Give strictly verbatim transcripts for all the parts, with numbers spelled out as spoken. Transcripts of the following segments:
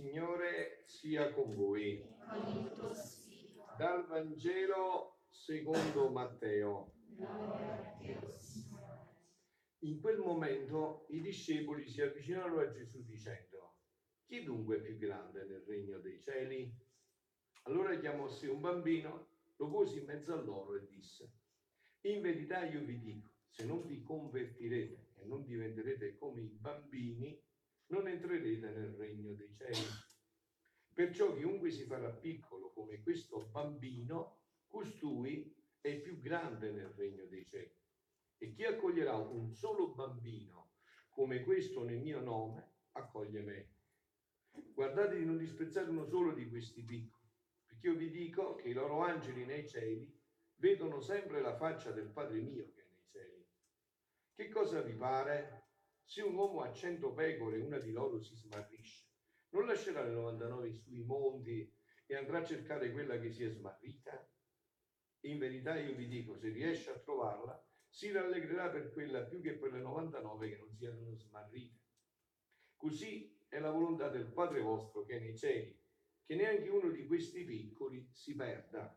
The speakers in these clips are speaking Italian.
Signore sia con voi. Con il tuo spirito. Dal Vangelo secondo Matteo. Gloria a Dio, Signore. In quel momento i discepoli si avvicinarono a Gesù dicendo: chi dunque è più grande nel regno dei cieli? Allora chiamò a sé un bambino, lo pose in mezzo a loro e disse: in verità io vi dico, se non vi convertirete e non diventerete come i bambini, non entrerete nel regno dei cieli. Perciò chiunque si farà piccolo come questo bambino, costui è più grande nel regno dei cieli. E chi accoglierà un solo bambino come questo nel mio nome, accoglie me. Guardate di non disprezzare uno solo di questi piccoli, perché io vi dico che i loro angeli nei cieli vedono sempre la faccia del Padre mio che è nei cieli. Che cosa vi pare? Se un uomo ha cento pecore e una di loro si smarrisce, non lascerà le novantanove sui monti e andrà a cercare quella che si è smarrita? In verità io vi dico, se riesce a trovarla, si rallegrerà per quella più che per le novantanove che non si erano smarrite. Così è la volontà del Padre vostro che è nei cieli, che neanche uno di questi piccoli si perda.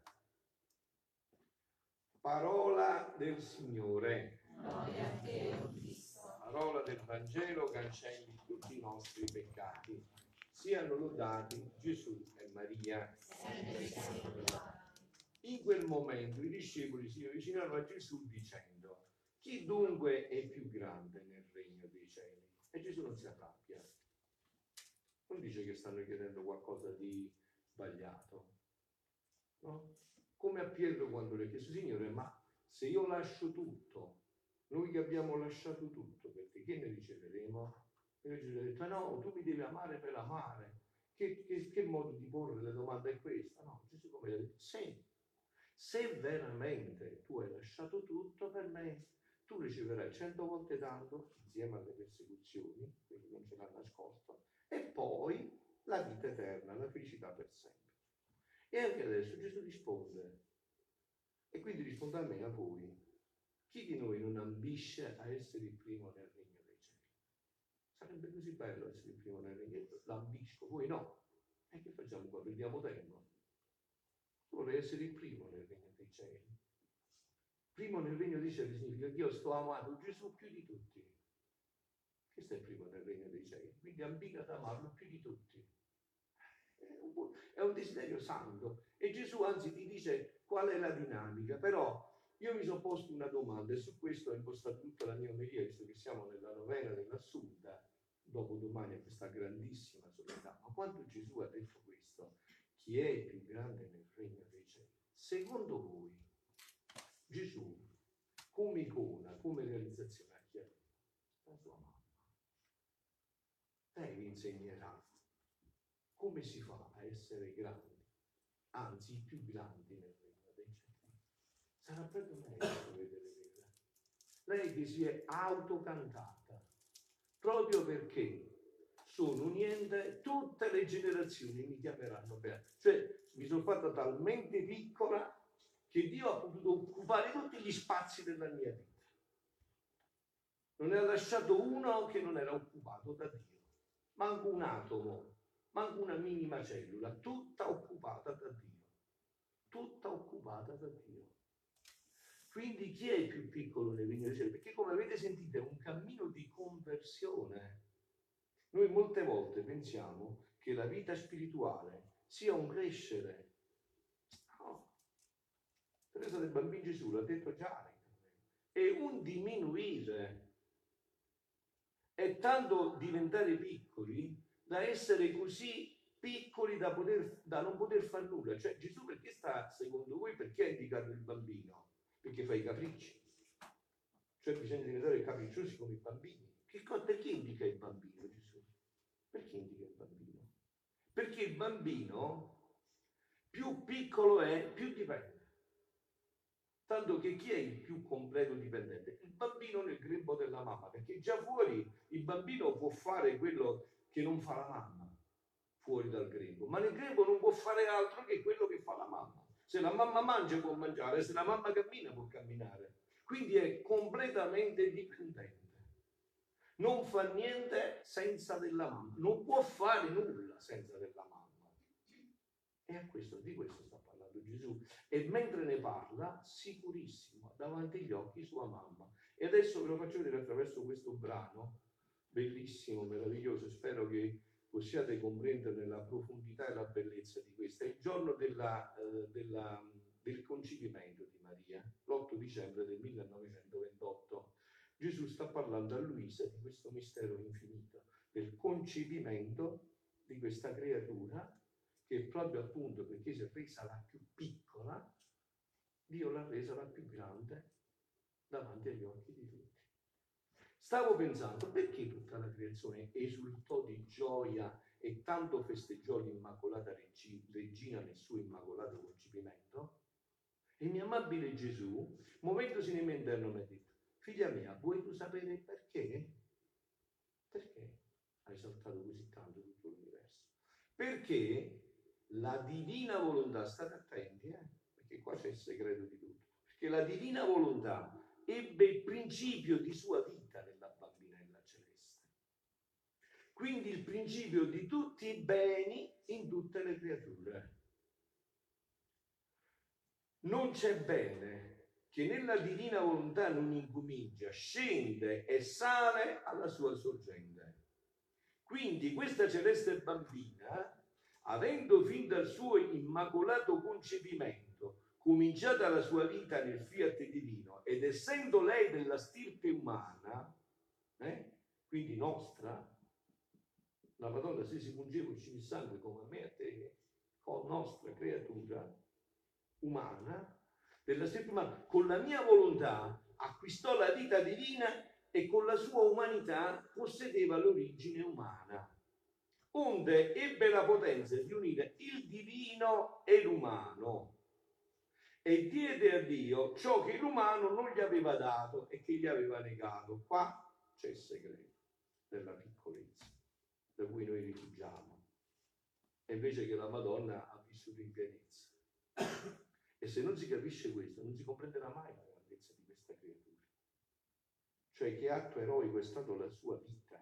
Parola del Signore. Gloria a te, Cristo. Parola del Vangelo cancelli tutti i nostri peccati. Siano lodati Gesù e Maria. Sempre siamo lodati. In quel momento i discepoli si avvicinarono a Gesù dicendo: chi dunque è più grande nel regno dei cieli? E Gesù non si arrabbia. Non dice che stanno chiedendo qualcosa di sbagliato, no? Come a Pietro quando le ha chiesto: Signore, ma se io lascio tutto, noi che abbiamo lasciato tutto, perché che ne riceveremo? E Gesù ha detto: no, tu mi devi amare per amare. Che, che, che modo di porre le domande è questa? No, Gesù come gli ha detto: sì, se veramente tu hai lasciato tutto per me, tu riceverai cento volte tanto insieme alle persecuzioni, quindi non ce l'ha nascosto, e poi la vita eterna, la felicità per sempre. E anche adesso Gesù risponde, e quindi risponde a me e a voi: chi di noi non ambisce a essere il primo nel regno dei cieli? Sarebbe così bello essere il primo nel regno, l'ambisco, voi no. E che facciamo qua? Perdiamo tempo. Vorrei essere il primo nel regno dei cieli. Primo nel regno dei cieli significa che io sto amando Gesù più di tutti. Questo è il primo nel regno dei cieli. Quindi ambisca ad amarlo più di tutti. È un desiderio santo. E Gesù anzi ti dice qual è la dinamica. Però io mi sono posto una domanda e su questo ho impostato tutta la mia omelia, visto che siamo nella novena dell'Assunta, dopo domani a questa grandissima solennità. Ma quando Gesù ha detto questo, chi è il più grande nel regno dei cieli? Secondo voi, Gesù, come icona, come realizzazione, a chi è? La sua mamma. Lei vi insegnerà come si fa a essere grandi, anzi i più grandi nel regno dei cieli. Sarà proprio lei che dovete vedere. Lei che si è autocantata, proprio perché sono niente, tutte le generazioni mi chiameranno beato. Cioè, mi sono fatta talmente piccola che Dio ha potuto occupare tutti gli spazi della mia vita. Non ne ha lasciato uno che non era occupato da Dio. Manco un atomo, manco una minima cellula, tutta occupata da Dio. Tutta occupata da Dio. Quindi chi è il più piccolo nel regno dei cieli? Perché come avete sentito è un cammino di conversione. Noi molte volte pensiamo che la vita spirituale sia un crescere. No. Teresa del Bambino Gesù l'ha detto già, è un diminuire. È tanto diventare piccoli da essere così piccoli da, poter, da non poter fare nulla. Cioè Gesù perché sta, secondo voi, perché ha indicato il bambino? Perché fa i capricci. Cioè bisogna diventare capricciosi come i bambini. Che cosa, perché indica il bambino Gesù? Perché indica il bambino? Perché il bambino più piccolo è, più dipende. Tanto che chi è il più completo dipendente? Il bambino nel grembo della mamma, perché già fuori il bambino può fare quello che non fa la mamma, fuori dal grembo, ma nel grembo non può fare altro che quello che fa la mamma. Se la mamma mangia può mangiare, se la mamma cammina può camminare, quindi è completamente dipendente. Non fa niente senza della mamma, non può fare nulla senza della mamma. E a questo, di questo sta parlando Gesù. E mentre ne parla, sicurissimo, ha davanti agli occhi sua mamma. E adesso ve lo faccio vedere attraverso questo brano, bellissimo, meraviglioso. Spero che possiate comprendere la profondità e la bellezza di questo. È il giorno della, eh, della, del concepimento di Maria, l'otto dicembre del millenovecentoventotto. Gesù sta parlando a Luisa di questo mistero infinito, del concepimento di questa creatura che proprio appunto perché si è resa la più piccola, Dio l'ha resa la più grande davanti agli occhi di tutti. Stavo pensando, perché tutta la creazione esultò di gioia e tanto festeggiò l'Immacolata Regina nel suo immacolato concepimento? E mio amabile Gesù, muovendosi nel mio interno, mi ha detto: figlia mia, vuoi tu sapere perché? Perché hai saltato così tanto tutto l'universo? Perché la divina volontà, state attenti, eh? Perché qua c'è il segreto di tutto, perché la divina volontà ebbe il principio di sua vita nella bambinella celeste. Quindi il principio di tutti i beni in tutte le creature. Non c'è bene che nella divina volontà non incomincia, scende e sale alla sua sorgente. Quindi questa celeste bambina, avendo fin dal suo immacolato concepimento cominciata la sua vita nel fiat divino ed essendo lei della stirpe umana, eh, quindi nostra, la Madonna se si pungeva il sangue come a me e a te, con nostra creatura umana, della stirpe umana, con la mia volontà acquistò la vita divina e con la sua umanità possedeva l'origine umana. Onde ebbe la potenza di unire il divino e l'umano e diede a Dio ciò che l'umano non gli aveva dato e che gli aveva negato. Qua c'è il segreto della piccolezza da cui noi rifugiamo, e invece che la Madonna ha vissuto in pienezza. E se non si capisce questo, non si comprenderà mai la grandezza di questa creatura. Cioè, che atto eroico è stato la sua vita.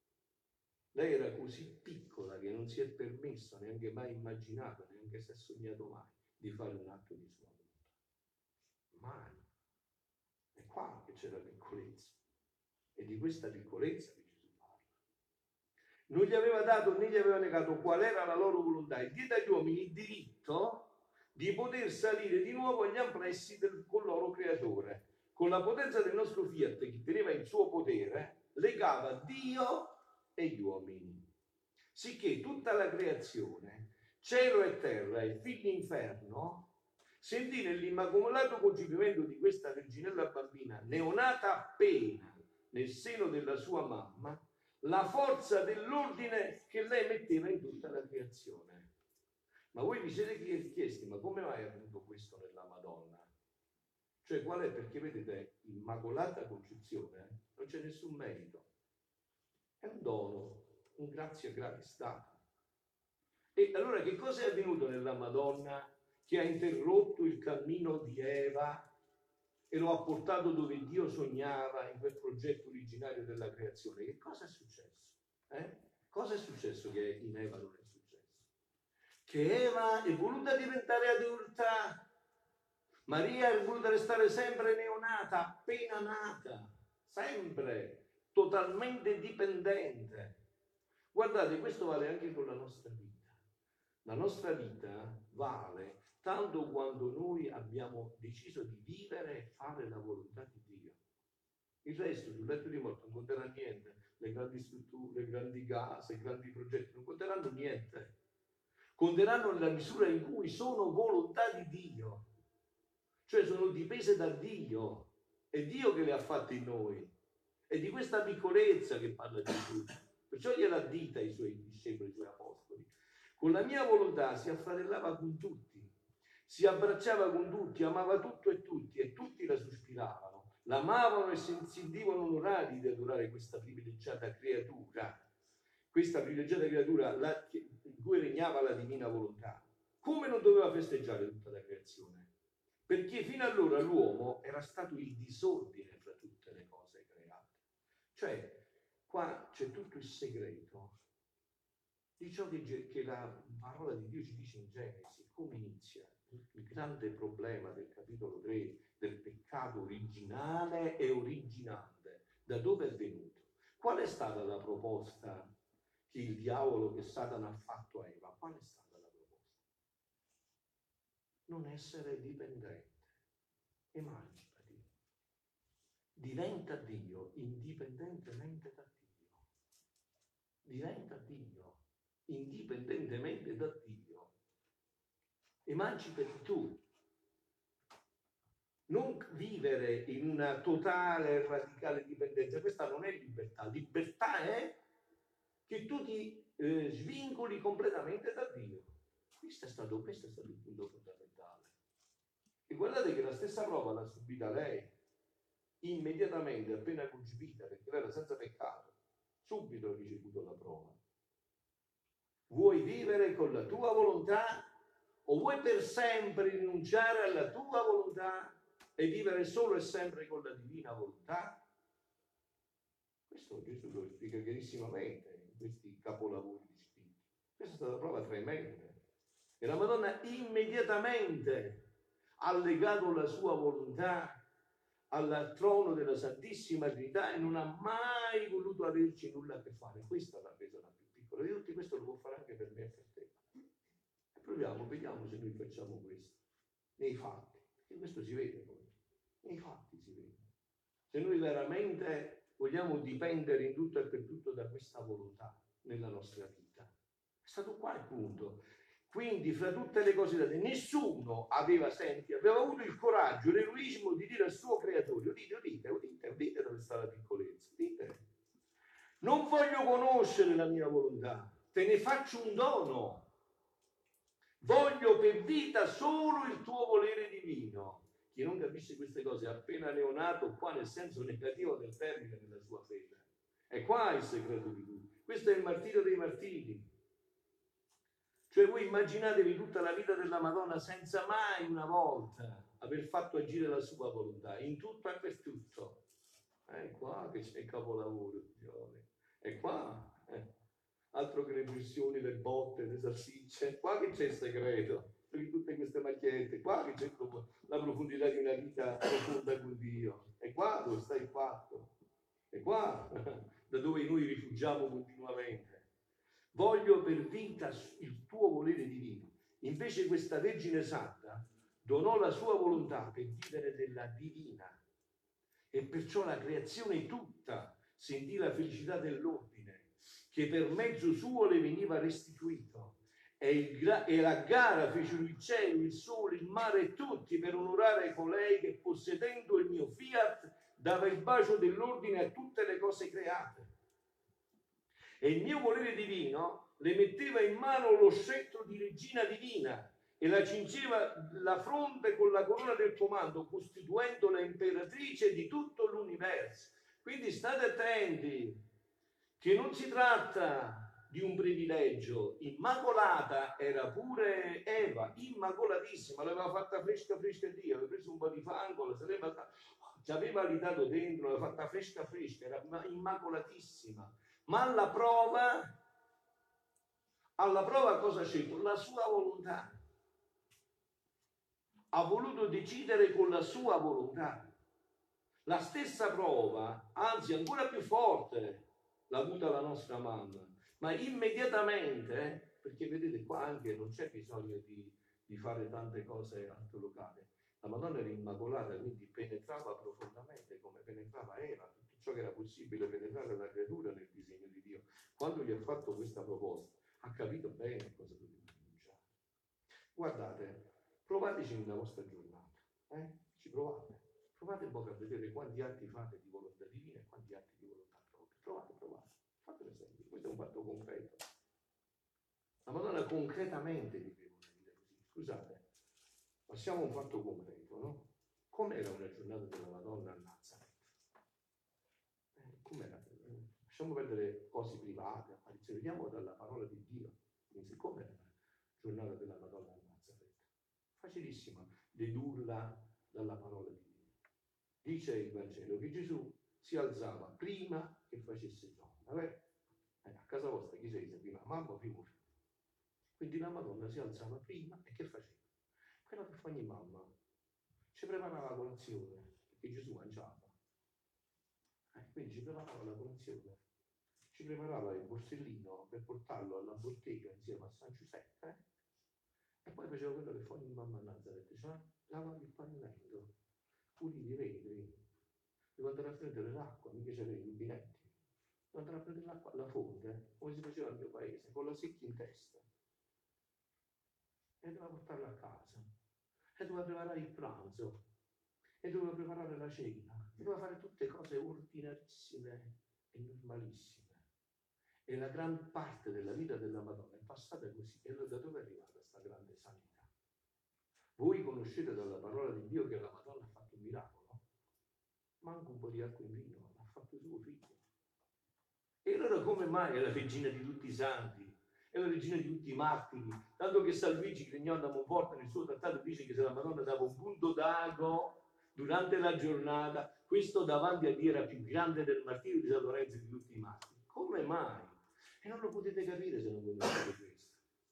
Lei era così piccola che non si è permessa, neanche mai immaginato, neanche si è sognato mai di fare un atto di sua volontà. Mai. È qua che c'è la piccolezza. E di questa piccolezza che Gesù parla. Non gli aveva dato né gli aveva negato qual era la loro volontà e diede agli uomini il diritto di poter salire di nuovo agli ampressi del, con loro creatore. Con la potenza del nostro fiat che teneva il suo potere, legava Dio e gli uomini. Sicché tutta la creazione, cielo e terra e fin l'inferno, sentì nell'immacolato concepimento di questa verginella bambina, neonata appena nel seno della sua mamma, la forza dell'ordine che lei metteva in tutta la creazione. Ma voi vi siete chiesti, ma come mai è avvenuto questo nella Madonna? Cioè, qual è? Perché vedete, immacolata concezione, non c'è nessun merito. È un dono, un grazie gratis dato. E allora che cosa è avvenuto nella Madonna che ha interrotto il cammino di Eva e lo ha portato dove Dio sognava in quel progetto originario della creazione? Che cosa è successo? Eh? Cosa è successo che in Eva non è successo? Che Eva è voluta diventare adulta, Maria è voluta restare sempre neonata, appena nata, sempre, totalmente dipendente. Guardate, questo vale anche con la nostra vita. La nostra vita vale tanto quando noi abbiamo deciso di vivere e fare la volontà di Dio. Il resto, sul letto di morte, non conterà niente. Le grandi strutture, le grandi case, i grandi progetti, non conteranno niente. Conteranno nella misura in cui sono volontà di Dio. Cioè sono dipese da Dio. È Dio che le ha fatte in noi. È di questa piccolezza che parla Gesù. Perciò gliela dita ai suoi discepoli, ai suoi apostoli. Con la mia volontà si affratellava con tutti, si abbracciava con tutti, amava tutto e tutti, e tutti la sospiravano, l'amavano e si sentivano onorati di adorare questa privilegiata creatura, questa privilegiata creatura la, in cui regnava la divina volontà. Come non doveva festeggiare tutta la creazione? Perché fino allora l'uomo era stato il disordine fra tutte le cose create. Cioè, qua c'è tutto il segreto di ciò che, che la parola di Dio ci dice in Genesi, come inizia il grande problema del capitolo tre, del peccato originale e originante, da dove è venuto. Qual è stata la proposta che il diavolo, che Satana ha fatto a Eva? Qual è stata la proposta? Non essere dipendente, emancipati, diventa Dio indipendentemente da Dio, diventa Dio indipendentemente da Dio, emancipati tu. Non vivere in una totale e radicale dipendenza, questa non è libertà. Libertà è che tu ti eh, svincoli completamente da Dio. Questo è, stato, questo è stato il punto fondamentale. E guardate che la stessa prova l'ha subita lei, immediatamente, appena concepita, perché lei era senza peccato, subito ha ricevuto la prova. Vuoi vivere con la tua volontà o vuoi per sempre rinunciare alla tua volontà e vivere solo e sempre con la divina volontà? Questo Gesù lo spiega chiarissimamente in questi capolavori di scritto. Questa è stata una prova tremenda. E la Madonna immediatamente ha legato la sua volontà al trono della Santissima Trinità e non ha mai voluto averci nulla a che fare. Questa è la resa la più piccola di tutti, questo lo può fare anche per me e per te. E proviamo, vediamo se noi facciamo questo nei fatti, perché questo si vede poi. Nei fatti si vede. Se noi veramente vogliamo dipendere in tutto e per tutto da questa volontà nella nostra vita. È stato qua il punto. Quindi, fra tutte le cose date, nessuno aveva, senti, aveva avuto il coraggio, l'eroismo di dire al suo creatore: udite, udite, udite, udite dove sta la piccolezza, udite. Non voglio conoscere la mia volontà, te ne faccio un dono. Voglio per vita solo il tuo volere divino. Chi non capisce queste cose è appena neonato, qua nel senso negativo del termine, nella sua fede. È qua il segreto di tutto. Questo è il martirio dei martiri. Cioè voi immaginatevi tutta la vita della Madonna senza mai una volta aver fatto agire la sua volontà, in tutto e per tutto. È qua che c'è il capolavoro, figlioli. È qua. Eh. Altro che le pressioni, le botte, le salsicce. Qua che c'è il segreto. Perché tutte queste macchiette, qua che c'è la profondità di una vita profonda con Dio. È qua dove sta il fatto. È qua da dove noi rifugiamo continuamente. Voglio per vita il tuo volere divino. Invece questa Vergine Santa donò la sua volontà per vivere della divina. E perciò la creazione tutta sentì la felicità dell'ordine, che per mezzo suo le veniva restituito. E, il, e la gara fecero il cielo, il sole, il mare e tutti per onorare colei che, possedendo il mio fiat, dava il bacio dell'ordine a tutte le cose create. E il mio volere divino le metteva in mano lo scettro di regina divina e la cingeva la fronte con la corona del comando, costituendola imperatrice di tutto l'universo. Quindi state attenti, che non si tratta di un privilegio. Immacolata era pure Eva, immacolatissima, l'aveva fatta fresca fresca Dio, aveva preso un po' di fango, la sarebbe, ci aveva alitato dentro, l'aveva fatta fresca fresca, era immacolatissima. Ma alla prova, alla prova cosa c'è? La sua volontà. Ha voluto decidere con la sua volontà. La stessa prova, anzi ancora più forte, l'ha avuta la nostra mamma. Ma immediatamente, perché vedete qua anche non c'è bisogno di, di fare tante cose alto locale. La Madonna era immacolata, quindi penetrava profondamente come penetrava Eva, tutto ciò che era possibile penetrare la creatura nel disegno di Dio. Quando gli ha fatto questa proposta, ha capito bene cosa doveva rinunciare. Guardate, provateci nella vostra giornata, eh? Ci provate, provate un po' a vedere quanti atti fate di volontà divina e quanti atti di volontà propria. Provate, provate, fate l'esempio, questo è un fatto concreto. La Madonna concretamente viveva una vita così. Scusate, passiamo a un fatto concreto, no? Com'era una giornata della Madonna a Nazareth? Eh, com'era? Lasciamo perdere cose private, apparizioni, vediamo dalla parola di Dio. Quindi, com'era la giornata della Madonna a Nazareth? Facilissima, dedurla dalla parola di Dio. Dice il Vangelo che Gesù si alzava prima che facesse giorno. Vabbè, eh, a casa vostra chi sei? Prima mamma o primo figlio? Quindi la Madonna si alzava prima e che faceva? Quello che fa ogni mamma, ci preparava la colazione, perché Gesù mangiava. Eh, quindi ci preparava la colazione, ci preparava il borsellino per portarlo alla bottega insieme a San Giuseppe e poi faceva quello che fa ogni mamma a Nazareth, cioè lavavi il pavimento, pulivi i vetri, devo andare a prendere l'acqua, mica c'erano i rubinetti, devo andare a prendere l'acqua alla fonte, come si faceva al mio paese, con la secchia in testa, e doveva portarla a casa, e doveva preparare il pranzo, e doveva preparare la cena, e doveva fare tutte cose ordinarissime e normalissime. E la gran parte della vita della Madonna è passata così. E allora da dove è arrivata questa grande sanità? Voi conoscete dalla parola di Dio che la Madonna ha fatto un miracolo? Manco un po' di acqua in vino, l'ha fatto suo figlio. E allora come mai è la regina di tutti i santi? È la regina di tutti i martiri? Tanto che San Luigi Grignon da Monforte nel suo trattato dice che se la Madonna dava un punto d'ago durante la giornata, questo davanti a Dio era più grande del martirio di San Lorenzo e di tutti i martiri. Come mai? E non lo potete capire se non conoscete questo.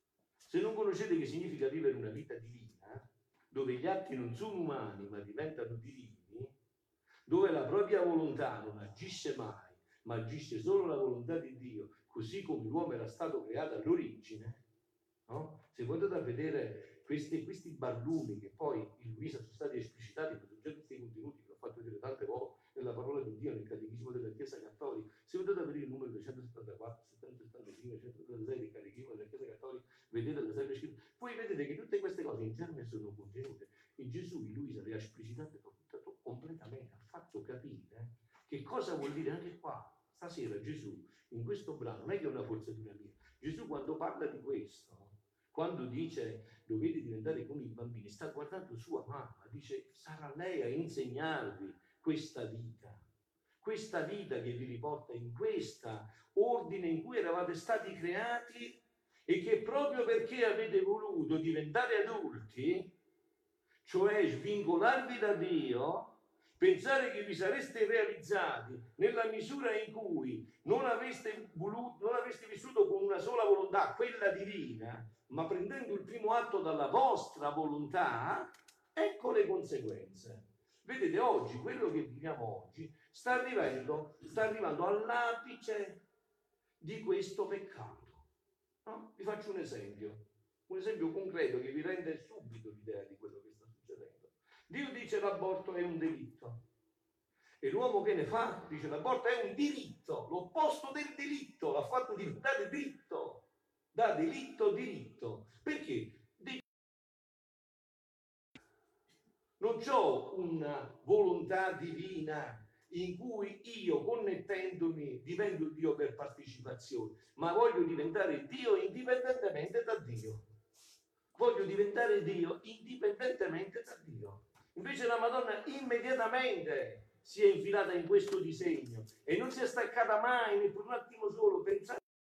Se non conoscete che significa vivere una vita divina, dove gli atti non sono umani ma diventano divini, dove la propria volontà non agisce mai, ma agisce solo la volontà di Dio, così come l'uomo era stato creato all'origine, no? Se voi andate a vedere questi, questi barlumi che poi in Luisa sono stati esplicitati, ma sono già questi contenuti che ho fatto vedere tante volte nella parola di Dio, nel catechismo della Chiesa Cattolica, se andate a vedere il numero duecentosettantaquattro, settantacinque, centotrentasei del catechismo della Chiesa Cattolica, vedete la Sacra Scrittura, poi vedete che tutte queste cose in germe sono contenute e Gesù in Luisa le ha esplicitate completamente, ha fatto capire che cosa vuol dire anche qua. Stasera Gesù in questo brano non è che è una forzatura mia, Gesù quando parla di questo, quando dice dovete diventare come i bambini, sta guardando sua mamma, dice sarà lei a insegnarvi questa vita, questa vita che vi riporta in questa ordine in cui eravate stati creati e che proprio perché avete voluto diventare adulti, cioè svincolarvi da Dio, pensare che vi sareste realizzati nella misura in cui non aveste voluto, non aveste vissuto con una sola volontà, quella divina, ma prendendo il primo atto dalla vostra volontà, ecco le conseguenze. Vedete, oggi, quello che viviamo oggi, sta arrivando, sta arrivando all'apice di questo peccato. No? Vi faccio un esempio, un esempio concreto che vi rende subito l'idea di quello che sta succedendo. Dio dice l'aborto è un delitto. E l'uomo che ne fa? Dice l'aborto è un diritto, l'opposto del delitto, l'ha fatto diventare diritto. Da delitto diritto. Perché? Non ho una volontà divina in cui io, connettendomi, divento Dio per partecipazione, ma voglio diventare Dio indipendentemente da Dio. Voglio diventare Dio indipendentemente da Dio. Invece la Madonna immediatamente si è infilata in questo disegno e non si è staccata mai, neppure un attimo solo. Pensateci,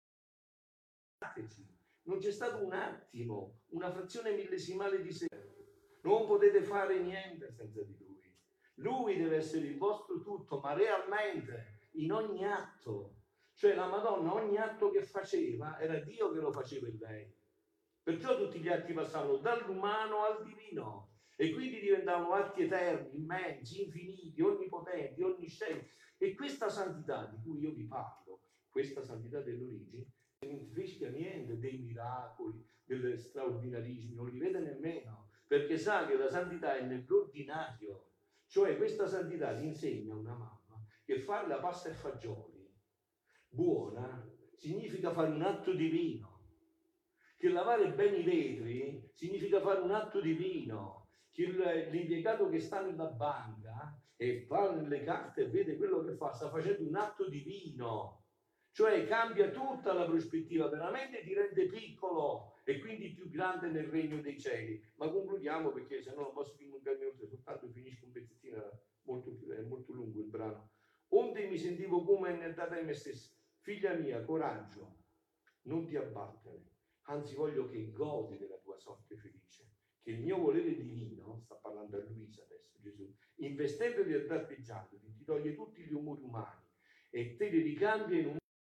non c'è stato un attimo, una frazione millesimale di secondo. Non potete fare niente senza di Lui. Lui deve essere il vostro tutto, ma realmente, in ogni atto. Cioè la Madonna, ogni atto che faceva, era Dio che lo faceva in lei. Perciò tutti gli atti passavano dall'umano al divino. E quindi diventavano atti eterni, immensi, infiniti, onnipotenti, onniscienti. E questa santità di cui io vi parlo, questa santità dell'origine, non fischia niente dei miracoli, delle straordinarismi, non li vede nemmeno, perché sa che la santità è nell'ordinario. Cioè questa santità ti insegna una mamma che fare la pasta e fagioli buona significa fare un atto divino, che lavare bene i vetri significa fare un atto divino, che l'impiegato che sta nella banca e fa le carte e vede quello che fa, sta facendo un atto divino. Cioè cambia tutta la prospettiva, veramente ti rende piccolo e quindi più grande nel regno dei cieli. Ma concludiamo perché se no non posso dilungarmi oltre, soltanto finisco un pezzettino, molto più, è molto lungo il brano. Onde mi sentivo come nel dare me stesso, figlia mia, coraggio, non ti abbattere, anzi voglio che godi della tua sorte felice, che il mio volere divino, sta parlando a Luisa adesso Gesù, investendoti e tratteggiandoti, ti toglie tutti gli umori umani e te li ricambia in un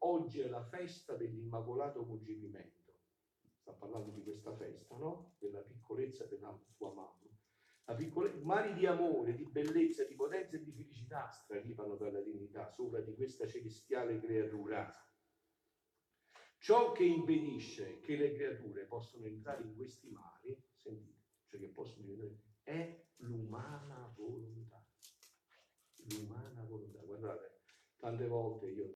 oggi è la festa dell'Immacolato Concepimento. Sta parlando di questa festa, no? Della piccolezza della sua mamma. La piccole... Mari di amore, di bellezza, di potenza e di felicità straripano dalla divinità sopra di questa celestiale creatura. Ciò che impedisce che le creature possano entrare in questi mari, sentite, cioè che possono diventare, è l'umana volontà. L'umana volontà. Guardate, tante volte io